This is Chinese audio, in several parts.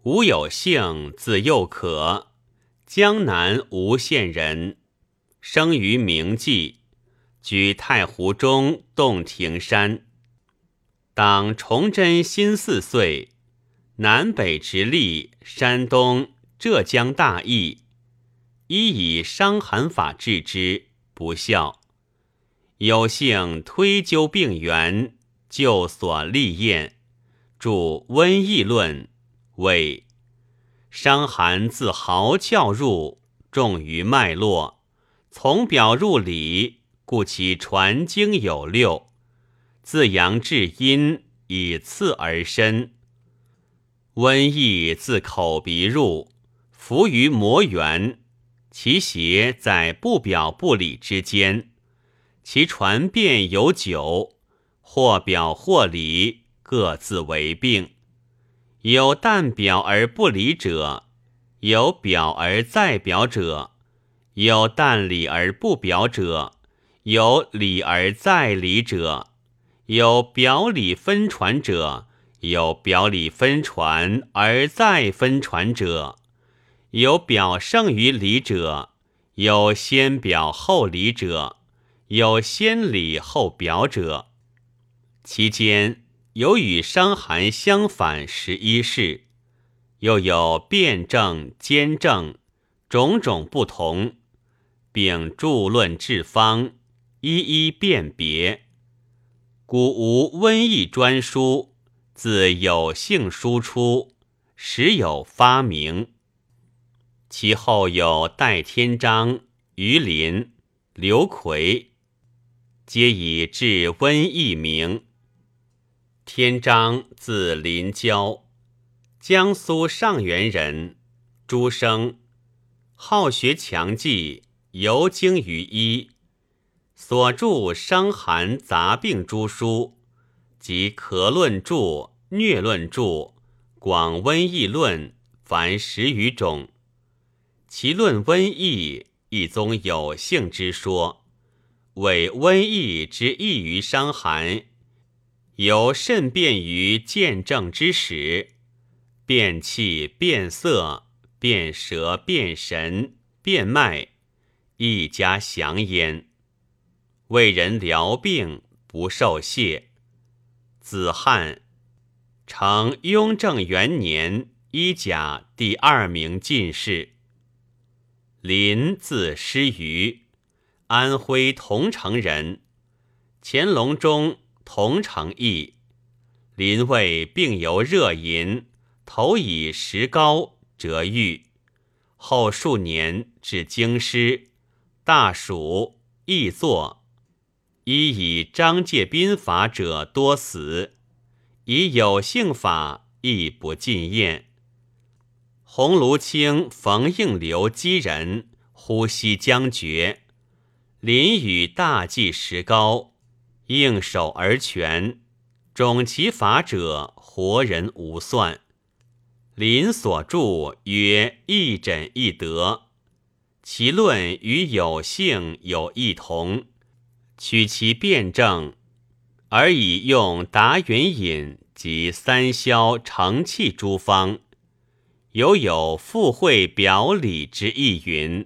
吾有幸，字幼可，江南吴县人，生于明纪，居太湖中洞庭山。当崇祯新4岁，南北直隶、山东、浙江大邑，依以伤寒法治之，不效。有幸推究病源，就所立验，著《瘟疫论》，谓伤寒自毫窍入，重于脉络，从表入里，故其传经有6，自阳至阴，以次而深。瘟疫自口鼻入，伏于膜原，其邪在不表不里之间，其传变有9，或表或里，各自为病。有淡表而不里者，有表而再表者，有淡里而不表者，有里而再里者，有表里分传者，有表里分传而再分传者，有表胜于里者，有先表后里者，有先里后表者。其间有与伤寒相反11事，又有辨证、兼证，种种不同，并著论治方，一一辨别。古无瘟疫专书，自有幸书出，时有发明。其后有戴天章、于林、刘奎，皆以治瘟疫名。天章字林郊，江苏上元人，诸生，好学强记，尤精于医。所著《伤寒杂病诸书》，及咳论注、疟论注、广瘟疫论，凡10余种。其论瘟疫，一宗有幸之说，为瘟疫之异于伤寒，由甚变于见证之始，变气、变色、变舌、变神、变脉，一家详焉。为人疗病，不受谢。子汉，成雍正元年1甲第2名进士。林字师瑜，安徽桐城人，乾隆中桐城邑。林为病由热淫，头以石膏折愈，后数年至京师，大暑，易作，以张介宾法者多死，以有幸法亦不尽验。鸿胪卿冯应流击人，呼吸将绝，林与大剂石膏，应手而全，种其法者，活人无算。林所著曰《一诊一得》，其论与有幸有异同，取其辩证，而以用达元饮及3消承气诸方，有附会表里之意云。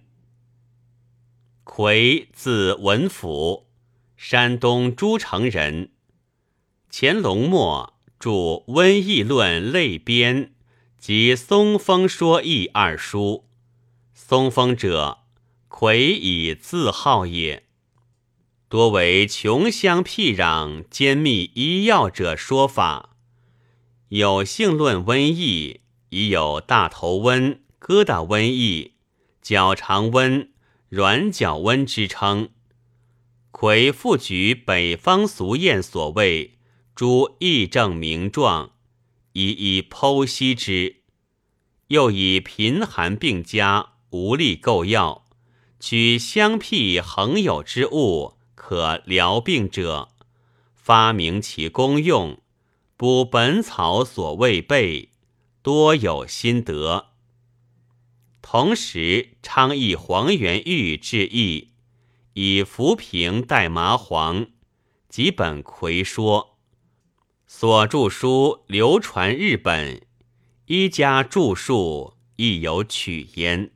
奎字文甫，山东诸城人，乾隆末著《瘟疫论》类编及《松风说疫》2书。松风者，奎以自号也。多为穷乡僻壤兼密医药者说法。有幸论瘟疫，已有大头瘟、疙瘩瘟疫、脚肠瘟、软脚瘟之称。魁复举北方俗谚所谓诸疫症名状，一一剖析之。又以贫寒病家无力购药，取乡僻恒有之物可疗病者，发明其功用，补本草所未备，多有心得。同时倡议黄元玉治疫，以浮萍代麻黄，几本魁说。所著书流传日本， 一家著述亦有取焉。